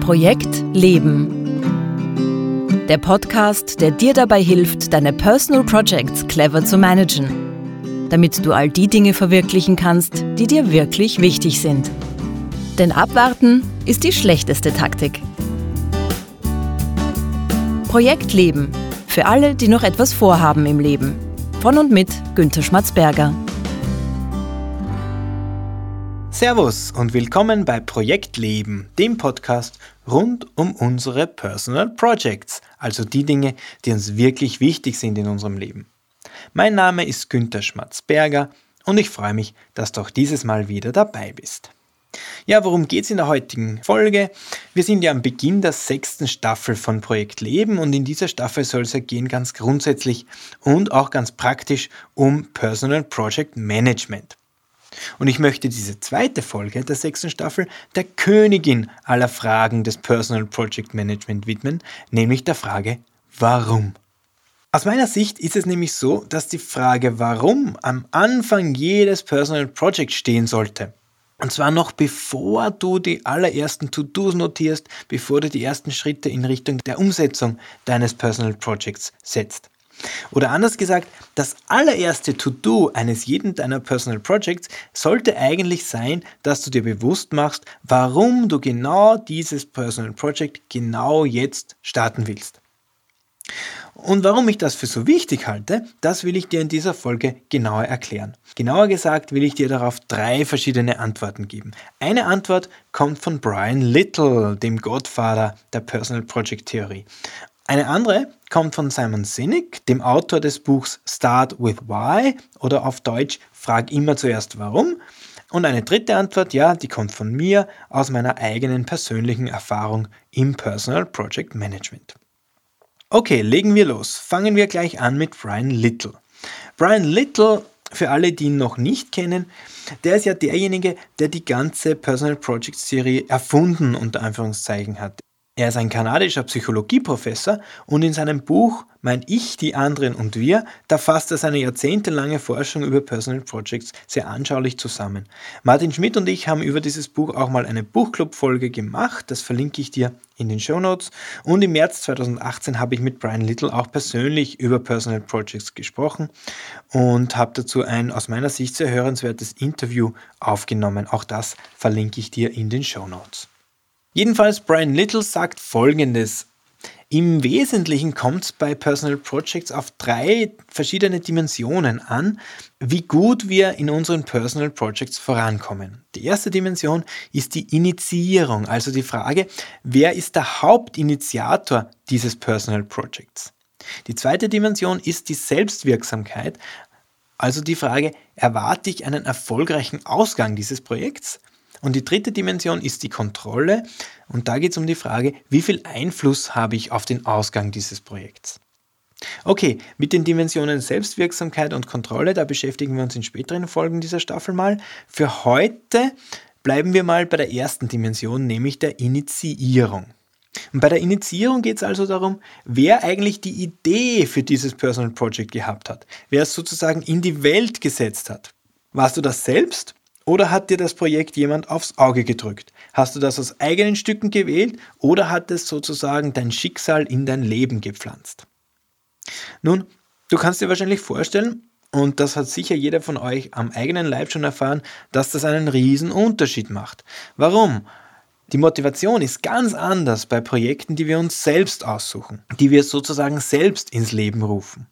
Projekt Leben. Der Podcast, der dir dabei hilft, deine Personal Projects clever zu managen, damit du all die Dinge verwirklichen kannst, die dir wirklich wichtig sind. Denn abwarten ist die schlechteste Taktik. Projekt Leben. Für alle, die noch etwas vorhaben im Leben. Von und mit Günther Schmatzberger. Servus und willkommen bei Projekt Leben, dem Podcast rund um unsere Personal Projects, also die Dinge, die uns wirklich wichtig sind in unserem Leben. Mein Name ist Günther Schmatzberger und ich freue mich, dass du auch dieses Mal wieder dabei bist. Ja, worum geht es in der heutigen Folge? Wir sind ja am Beginn der 6. Staffel von Projekt Leben und in dieser Staffel soll es ja gehen ganz grundsätzlich und auch ganz praktisch um Personal Project Management. Und ich möchte diese zweite Folge der 6. Staffel der Königin aller Fragen des Personal Project Management widmen, nämlich der Frage, warum? Aus meiner Sicht ist es nämlich so, dass die Frage warum am Anfang jedes Personal Project stehen sollte. Und zwar noch bevor du die allerersten To-Dos notierst, bevor du die ersten Schritte in Richtung der Umsetzung deines Personal Projects setzt. Oder anders gesagt, das allererste To-Do eines jeden deiner Personal Projects sollte eigentlich sein, dass du dir bewusst machst, warum du genau dieses Personal Project genau jetzt starten willst. Und warum ich das für so wichtig halte, das will ich dir in dieser Folge genauer erklären. Genauer gesagt will ich dir darauf 3 verschiedene Antworten geben. Eine Antwort kommt von Brian Little, dem Gottvater der Personal Project Theorie. Eine andere kommt von Simon Sinek, dem Autor des Buchs Start with Why oder auf Deutsch Frag immer zuerst warum. Und eine dritte Antwort, ja, die kommt von mir aus meiner eigenen persönlichen Erfahrung im Personal Project Management. Okay, legen wir los. Fangen wir gleich an mit Brian Little. Brian Little, für alle, die ihn noch nicht kennen, der ist ja derjenige, der die ganze Personal Project Serie erfunden, unter Anführungszeichen hat. Er ist ein kanadischer Psychologieprofessor und in seinem Buch Mein Ich, die anderen und wir, da fasst er seine jahrzehntelange Forschung über Personal Projects sehr anschaulich zusammen. Martin Schmidt und ich haben über dieses Buch auch mal eine Buchclub-Folge gemacht, das verlinke ich dir in den Shownotes. Und im März 2018 habe ich mit Brian Little auch persönlich über Personal Projects gesprochen und habe dazu ein aus meiner Sicht sehr hörenswertes Interview aufgenommen. Auch das verlinke ich dir in den Shownotes. Jedenfalls, Brian Little sagt Folgendes. Im Wesentlichen kommt es bei Personal Projects auf 3 verschiedene Dimensionen an, wie gut wir in unseren Personal Projects vorankommen. Die erste Dimension ist die Initiierung, also die Frage, wer ist der Hauptinitiator dieses Personal Projects? Die zweite Dimension ist die Selbstwirksamkeit, also die Frage, erwarte ich einen erfolgreichen Ausgang dieses Projekts? Und die dritte Dimension ist die Kontrolle und da geht es um die Frage, wie viel Einfluss habe ich auf den Ausgang dieses Projekts. Okay, mit den Dimensionen Selbstwirksamkeit und Kontrolle, da beschäftigen wir uns in späteren Folgen dieser Staffel mal. Für heute bleiben wir mal bei der ersten Dimension, nämlich der Initiierung. Und bei der Initiierung geht es also darum, wer eigentlich die Idee für dieses Personal Project gehabt hat, wer es sozusagen in die Welt gesetzt hat. Warst du das selbst? Oder hat dir das Projekt jemand aufs Auge gedrückt? Hast du das aus eigenen Stücken gewählt oder hat es sozusagen dein Schicksal in dein Leben gepflanzt? Nun, du kannst dir wahrscheinlich vorstellen, und das hat sicher jeder von euch am eigenen Leib schon erfahren, dass das einen riesen Unterschied macht. Warum? Die Motivation ist ganz anders bei Projekten, die wir uns selbst aussuchen, die wir sozusagen selbst ins Leben rufen.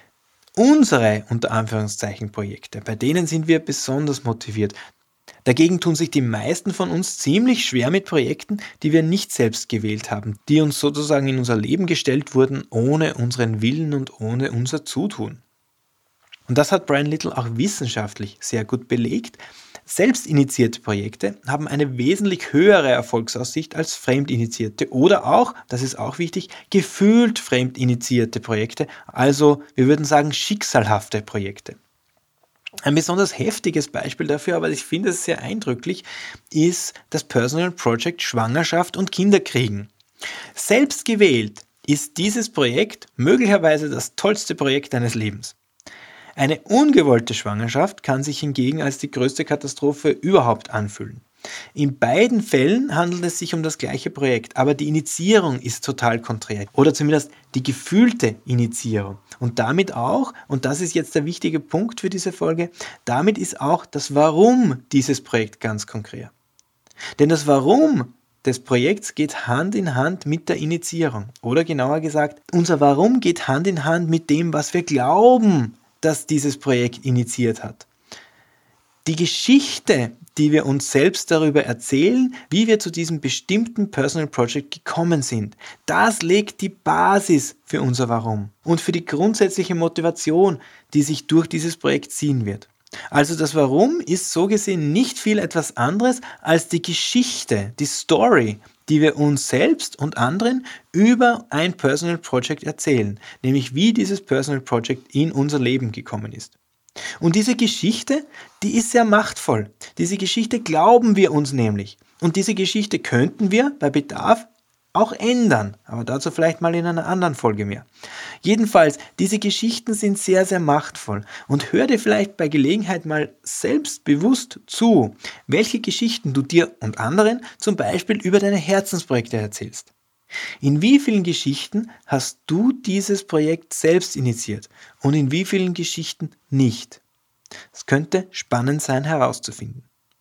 Unsere, unter Anführungszeichen, Projekte, bei denen sind wir besonders motiviert. Dagegen tun sich die meisten von uns ziemlich schwer mit Projekten, die wir nicht selbst gewählt haben, die uns sozusagen in unser Leben gestellt wurden, ohne unseren Willen und ohne unser Zutun. Und das hat Brian Little auch wissenschaftlich sehr gut belegt. Selbstinitiierte Projekte haben eine wesentlich höhere Erfolgsaussicht als fremdinitiierte oder auch, das ist auch wichtig, gefühlt fremdinitiierte Projekte, also wir würden sagen schicksalhafte Projekte. Ein besonders heftiges Beispiel dafür, aber ich finde es sehr eindrücklich, ist das Personal Project Schwangerschaft und Kinderkriegen. Selbst gewählt ist dieses Projekt möglicherweise das tollste Projekt deines Lebens. Eine ungewollte Schwangerschaft kann sich hingegen als die größte Katastrophe überhaupt anfühlen. In beiden Fällen handelt es sich um das gleiche Projekt, aber die Initiierung ist total konträr oder zumindest die gefühlte Initiierung. Und damit auch, und das ist jetzt der wichtige Punkt für diese Folge, damit ist auch das Warum dieses Projekt ganz konkret. Denn das Warum des Projekts geht Hand in Hand mit der Initiierung. Oder genauer gesagt, unser Warum geht Hand in Hand mit dem, was wir glauben, dass dieses Projekt initiiert hat. Die Geschichte, die wir uns selbst darüber erzählen, wie wir zu diesem bestimmten Personal Project gekommen sind, das legt die Basis für unser Warum und für die grundsätzliche Motivation, die sich durch dieses Projekt ziehen wird. Also das Warum ist so gesehen nicht viel etwas anderes als die Geschichte, die Story, die wir uns selbst und anderen über ein Personal Project erzählen, nämlich wie dieses Personal Project in unser Leben gekommen ist. Und diese Geschichte, die ist sehr machtvoll. Diese Geschichte glauben wir uns nämlich. Und diese Geschichte könnten wir bei Bedarf auch ändern. Aber dazu vielleicht mal in einer anderen Folge mehr. Jedenfalls, diese Geschichten sind sehr, sehr machtvoll. Und hör dir vielleicht bei Gelegenheit mal selbst bewusst zu, welche Geschichten du dir und anderen zum Beispiel über deine Herzensprojekte erzählst. In wie vielen Geschichten hast du dieses Projekt selbst initiiert und in wie vielen Geschichten nicht? Es könnte spannend sein herauszufinden.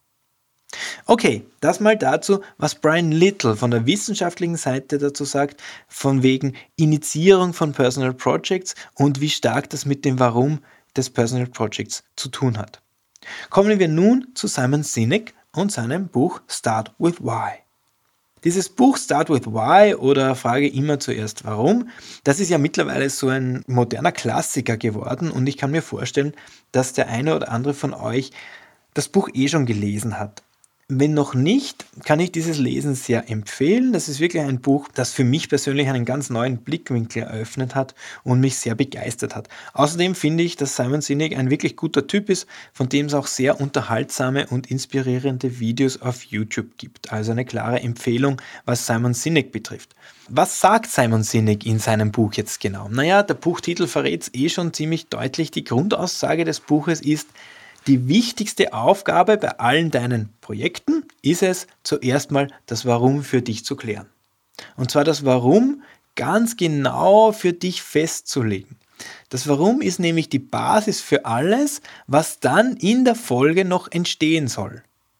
Okay, das mal dazu, was Brian Little von der wissenschaftlichen Seite dazu sagt, von wegen Initiierung von Personal Projects und wie stark das mit dem Warum des Personal Projects zu tun hat. Kommen wir nun zu Simon Sinek und seinem Buch Start with Why. Dieses Buch Start with Why oder Frage immer zuerst Warum, das ist ja mittlerweile so ein moderner Klassiker geworden und ich kann mir vorstellen, dass der eine oder andere von euch das Buch schon gelesen hat. Wenn noch nicht, kann ich dieses Lesen sehr empfehlen. Das ist wirklich ein Buch, das für mich persönlich einen ganz neuen Blickwinkel eröffnet hat und mich sehr begeistert hat. Außerdem finde ich, dass Simon Sinek ein wirklich guter Typ ist, von dem es auch sehr unterhaltsame und inspirierende Videos auf YouTube gibt. Also eine klare Empfehlung, was Simon Sinek betrifft. Was sagt Simon Sinek in seinem Buch jetzt genau? Naja, der Buchtitel verrät es schon ziemlich deutlich. Die Grundaussage des Buches ist: Die wichtigste Aufgabe bei allen deinen Projekten ist es, zuerst mal das Warum für dich zu klären. Und zwar das Warum ganz genau für dich festzulegen. Das Warum ist nämlich die Basis für alles, was dann in der Folge noch entstehen soll.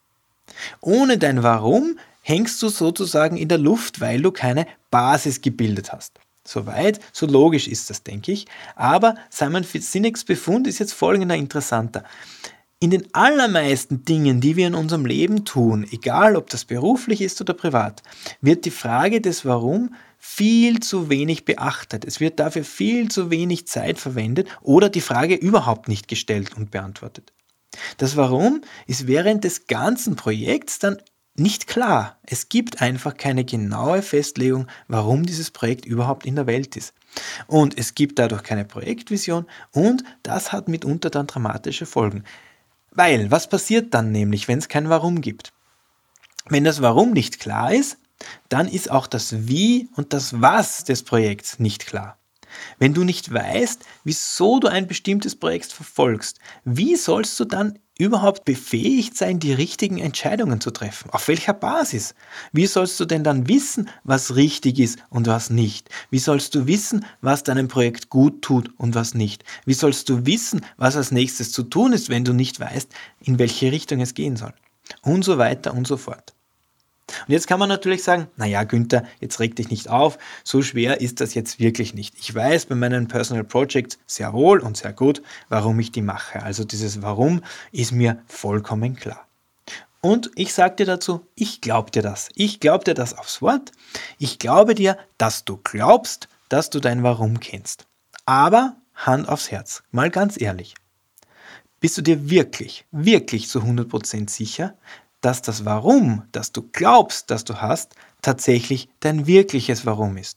Ohne dein Warum hängst du sozusagen in der Luft, weil du keine Basis gebildet hast. Soweit, so logisch ist das, denke ich. Aber Simon Sineks Befund ist jetzt folgender interessanter. In den allermeisten Dingen, die wir in unserem Leben tun, egal ob das beruflich ist oder privat, wird die Frage des Warum viel zu wenig beachtet. Es wird dafür viel zu wenig Zeit verwendet oder die Frage überhaupt nicht gestellt und beantwortet. Das Warum ist während des ganzen Projekts dann nicht klar. Es gibt einfach keine genaue Festlegung, warum dieses Projekt überhaupt in der Welt ist. Und es gibt dadurch keine Projektvision und das hat mitunter dann dramatische Folgen. Weil, was passiert dann nämlich, wenn es kein Warum gibt? Wenn das Warum nicht klar ist, dann ist auch das Wie und das Was des Projekts nicht klar. Wenn du nicht weißt, wieso du ein bestimmtes Projekt verfolgst, wie sollst du dann überhaupt befähigt sein, die richtigen Entscheidungen zu treffen? Auf welcher Basis? Wie sollst du denn dann wissen, was richtig ist und was nicht? Wie sollst du wissen, was deinem Projekt gut tut und was nicht? Wie sollst du wissen, was als nächstes zu tun ist, wenn du nicht weißt, in welche Richtung es gehen soll? Und so weiter und so fort. Und jetzt kann man natürlich sagen, naja Günther, jetzt reg dich nicht auf, so schwer ist das jetzt wirklich nicht. Ich weiß bei meinen Personal Projects sehr wohl und sehr gut, warum ich die mache. Also dieses Warum ist mir vollkommen klar. Und ich sage dir dazu, ich glaube dir das. Ich glaube dir das aufs Wort. Ich glaube dir, dass du glaubst, dass du dein Warum kennst. Aber Hand aufs Herz, mal ganz ehrlich. Bist du dir wirklich, wirklich zu 100% sicher, dass das Warum, das du glaubst, dass du hast, tatsächlich dein wirkliches Warum ist?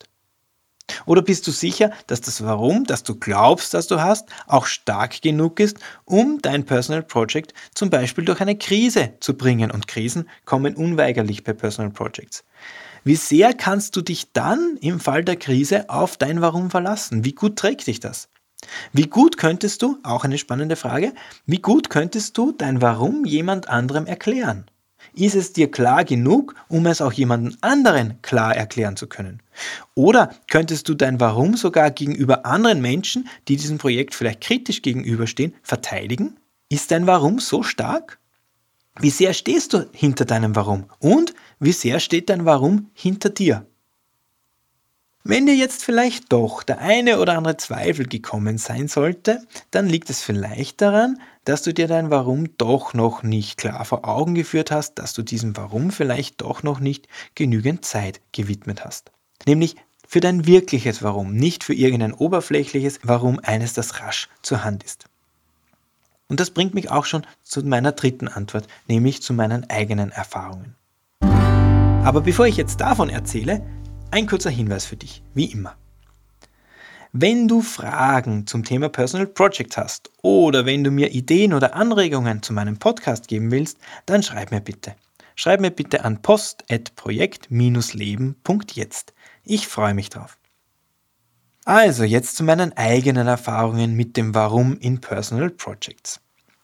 Oder bist du sicher, dass das Warum, das du glaubst, dass du hast, auch stark genug ist, um dein Personal Project zum Beispiel durch eine Krise zu bringen? Und Krisen kommen unweigerlich bei Personal Projects. Wie sehr kannst du dich dann im Fall der Krise auf dein Warum verlassen? Wie gut trägt dich das? Wie gut könntest du, auch eine spannende Frage, wie gut könntest du dein Warum jemand anderem erklären? Ist es dir klar genug, um es auch jemandem anderen klar erklären zu können? Oder könntest du dein Warum sogar gegenüber anderen Menschen, die diesem Projekt vielleicht kritisch gegenüberstehen, verteidigen? Ist dein Warum so stark? Wie sehr stehst du hinter deinem Warum? Und wie sehr steht dein Warum hinter dir? Wenn dir jetzt vielleicht doch der eine oder andere Zweifel gekommen sein sollte, dann liegt es vielleicht daran, dass du dir dein Warum doch noch nicht klar vor Augen geführt hast, dass du diesem Warum vielleicht doch noch nicht genügend Zeit gewidmet hast. Nämlich für dein wirkliches Warum, nicht für irgendein oberflächliches Warum, eines, das rasch zur Hand ist. Und das bringt mich auch schon zu meiner dritten Antwort, nämlich zu meinen eigenen Erfahrungen. Aber bevor ich jetzt davon erzähle, ein kurzer Hinweis für dich, wie immer. Wenn du Fragen zum Thema Personal Project hast oder wenn du mir Ideen oder Anregungen zu meinem Podcast geben willst, dann schreib mir bitte. Schreib mir bitte an post@projekt-leben.jetzt. Ich freue mich drauf. Also jetzt zu meinen eigenen Erfahrungen mit dem Warum in Personal Projects.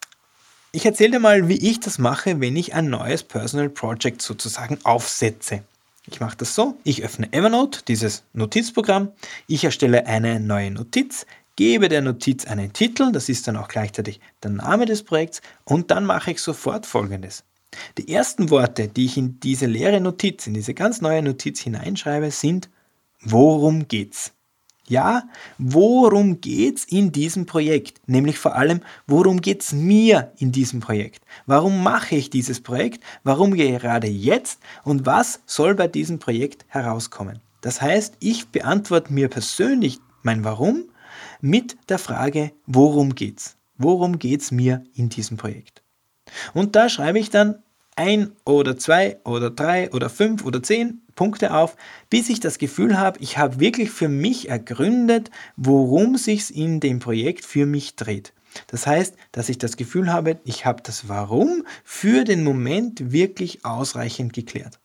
Ich erzähle dir mal, wie ich das mache, wenn ich ein neues Personal Project sozusagen aufsetze. Ich mache das so, ich öffne Evernote, dieses Notizprogramm, ich erstelle eine neue Notiz, gebe der Notiz einen Titel, das ist dann auch gleichzeitig der Name des Projekts und dann mache ich sofort Folgendes. Die ersten Worte, die ich in diese leere Notiz, in diese ganz neue Notiz hineinschreibe, sind: Worum geht's? Ja, worum geht's in diesem Projekt? Nämlich vor allem, worum geht's mir in diesem Projekt? Warum mache ich dieses Projekt? Warum gerade jetzt? Und was soll bei diesem Projekt herauskommen? Das heißt, ich beantworte mir persönlich mein Warum mit der Frage, worum geht's? Worum geht's mir in diesem Projekt? Und da schreibe ich dann 1 oder 2 oder 3 oder 5 oder 10 Punkte auf, bis ich das Gefühl habe, ich habe wirklich für mich ergründet, worum es sich in dem Projekt für mich dreht. Das heißt, dass ich das Gefühl habe, ich habe das Warum für den Moment wirklich ausreichend geklärt.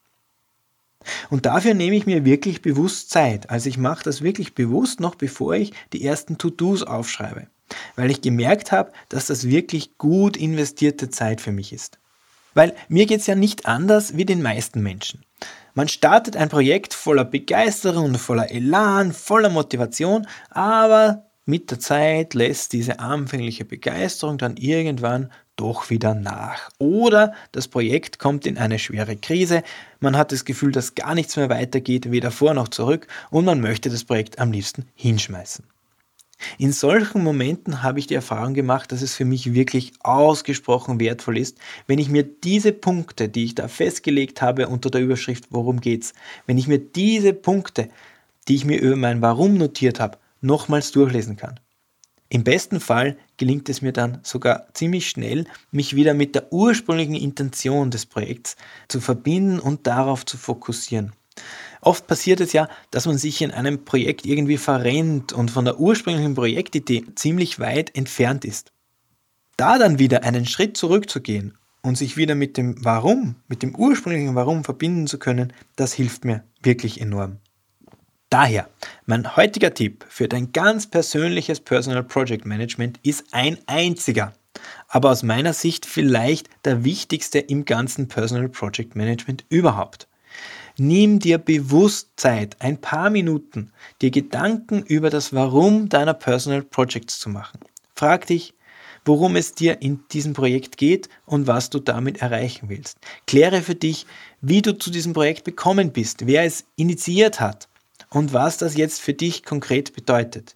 Und dafür nehme ich mir wirklich bewusst Zeit. Also ich mache das wirklich bewusst noch, bevor ich die ersten To-Dos aufschreibe, weil ich gemerkt habe, dass das wirklich gut investierte Zeit für mich ist. Weil mir geht es ja nicht anders wie den meisten Menschen. Man startet ein Projekt voller Begeisterung, voller Elan, voller Motivation, aber mit der Zeit lässt diese anfängliche Begeisterung dann irgendwann doch wieder nach. Oder das Projekt kommt in eine schwere Krise, man hat das Gefühl, dass gar nichts mehr weitergeht, weder vor noch zurück und man möchte das Projekt am liebsten hinschmeißen. In solchen Momenten habe ich die Erfahrung gemacht, dass es für mich wirklich ausgesprochen wertvoll ist, wenn ich mir diese Punkte, die ich da festgelegt habe unter der Überschrift Worum geht's, wenn ich mir diese Punkte, die ich mir über mein Warum notiert habe, nochmals durchlesen kann. Im besten Fall gelingt es mir dann sogar ziemlich schnell, mich wieder mit der ursprünglichen Intention des Projekts zu verbinden und darauf zu fokussieren. Oft passiert es ja, dass man sich in einem Projekt irgendwie verrennt und von der ursprünglichen Projektidee ziemlich weit entfernt ist. Da dann wieder einen Schritt zurückzugehen und sich wieder mit dem Warum, mit dem ursprünglichen Warum verbinden zu können, das hilft mir wirklich enorm. Daher, mein heutiger Tipp für dein ganz persönliches Personal Project Management ist ein einziger, aber aus meiner Sicht vielleicht der wichtigste im ganzen Personal Project Management überhaupt. Nimm dir bewusst Zeit, ein paar Minuten, dir Gedanken über das Warum deiner Personal Projects zu machen. Frag dich, worum es dir in diesem Projekt geht und was du damit erreichen willst. Kläre für dich, wie du zu diesem Projekt gekommen bist, wer es initiiert hat und was das jetzt für dich konkret bedeutet.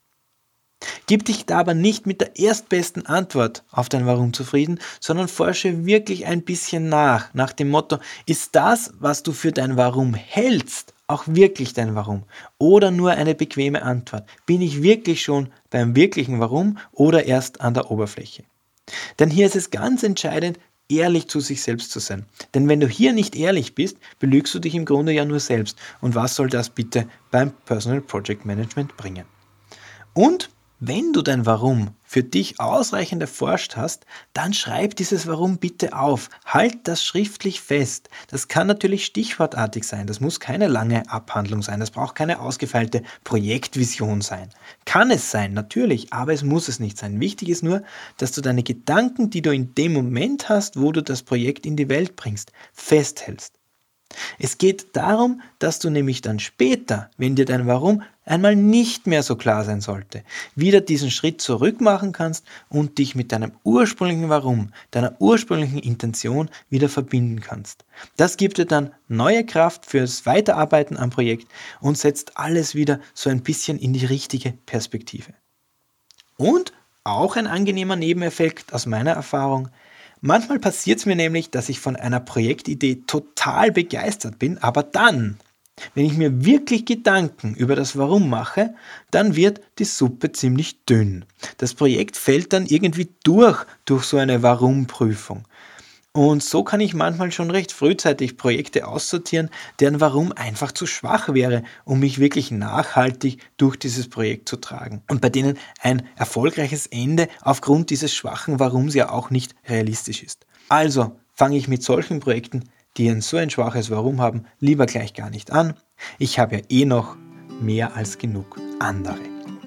Gib dich da aber nicht mit der erstbesten Antwort auf dein Warum zufrieden, sondern forsche wirklich ein bisschen nach dem Motto, ist das, was du für dein Warum hältst, auch wirklich dein Warum oder nur eine bequeme Antwort? Bin ich wirklich schon beim wirklichen Warum oder erst an der Oberfläche? Denn hier ist es ganz entscheidend, ehrlich zu sich selbst zu sein. Denn wenn du hier nicht ehrlich bist, belügst du dich im Grunde ja nur selbst. Und was soll das bitte beim Personal Project Management bringen? Und Wenn du dein Warum für dich ausreichend erforscht hast, dann schreib dieses Warum bitte auf. Halt das schriftlich fest. Das kann natürlich stichwortartig sein. Das muss keine lange Abhandlung sein. Das braucht keine ausgefeilte Projektvision sein. Kann es sein, natürlich, aber es muss es nicht sein. Wichtig ist nur, dass du deine Gedanken, die du in dem Moment hast, wo du das Projekt in die Welt bringst, festhältst. Es geht darum, dass du nämlich dann später, wenn dir dein Warum einmal nicht mehr so klar sein sollte, wieder diesen Schritt zurück machen kannst und dich mit deinem ursprünglichen Warum, deiner ursprünglichen Intention wieder verbinden kannst. Das gibt dir dann neue Kraft fürs Weiterarbeiten am Projekt und setzt alles wieder so ein bisschen in die richtige Perspektive. Und auch ein angenehmer Nebeneffekt aus meiner Erfahrung: manchmal passiert es mir nämlich, dass ich von einer Projektidee total begeistert bin, aber dann, wenn ich mir wirklich Gedanken über das Warum mache, dann wird die Suppe ziemlich dünn. Das Projekt fällt dann irgendwie durch so eine Warum-Prüfung. Und so kann ich manchmal schon recht frühzeitig Projekte aussortieren, deren Warum einfach zu schwach wäre, um mich wirklich nachhaltig durch dieses Projekt zu tragen. Und bei denen ein erfolgreiches Ende aufgrund dieses schwachen Warums ja auch nicht realistisch ist. Also fange ich mit solchen Projekten, die so ein schwaches Warum haben, lieber gleich gar nicht an. Ich habe ja eh noch mehr als genug andere.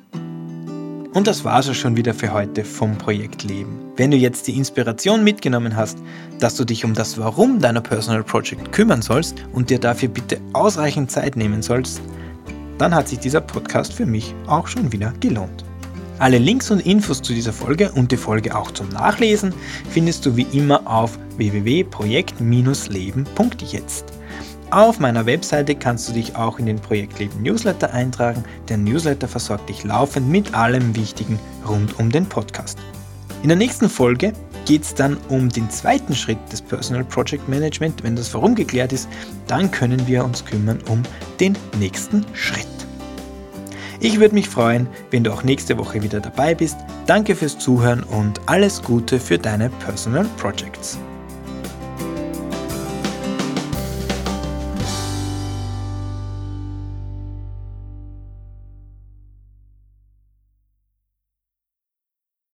Und das war's auch schon wieder für heute vom Projekt Leben. Wenn du jetzt die Inspiration mitgenommen hast, dass du dich um das Warum deiner Personal Project kümmern sollst und dir dafür bitte ausreichend Zeit nehmen sollst, dann hat sich dieser Podcast für mich auch schon wieder gelohnt. Alle Links und Infos zu dieser Folge und die Folge auch zum Nachlesen findest du wie immer auf www.projekt-leben.jetzt. Auf meiner Webseite kannst du dich auch in den Projektleben Newsletter eintragen. Der Newsletter versorgt dich laufend mit allem Wichtigen rund um den Podcast. In der nächsten Folge geht es dann um den zweiten Schritt des Personal Project Management. Wenn das Warum geklärt ist, dann können wir uns kümmern um den nächsten Schritt. Ich würde mich freuen, wenn du auch nächste Woche wieder dabei bist. Danke fürs Zuhören und alles Gute für deine Personal Projects.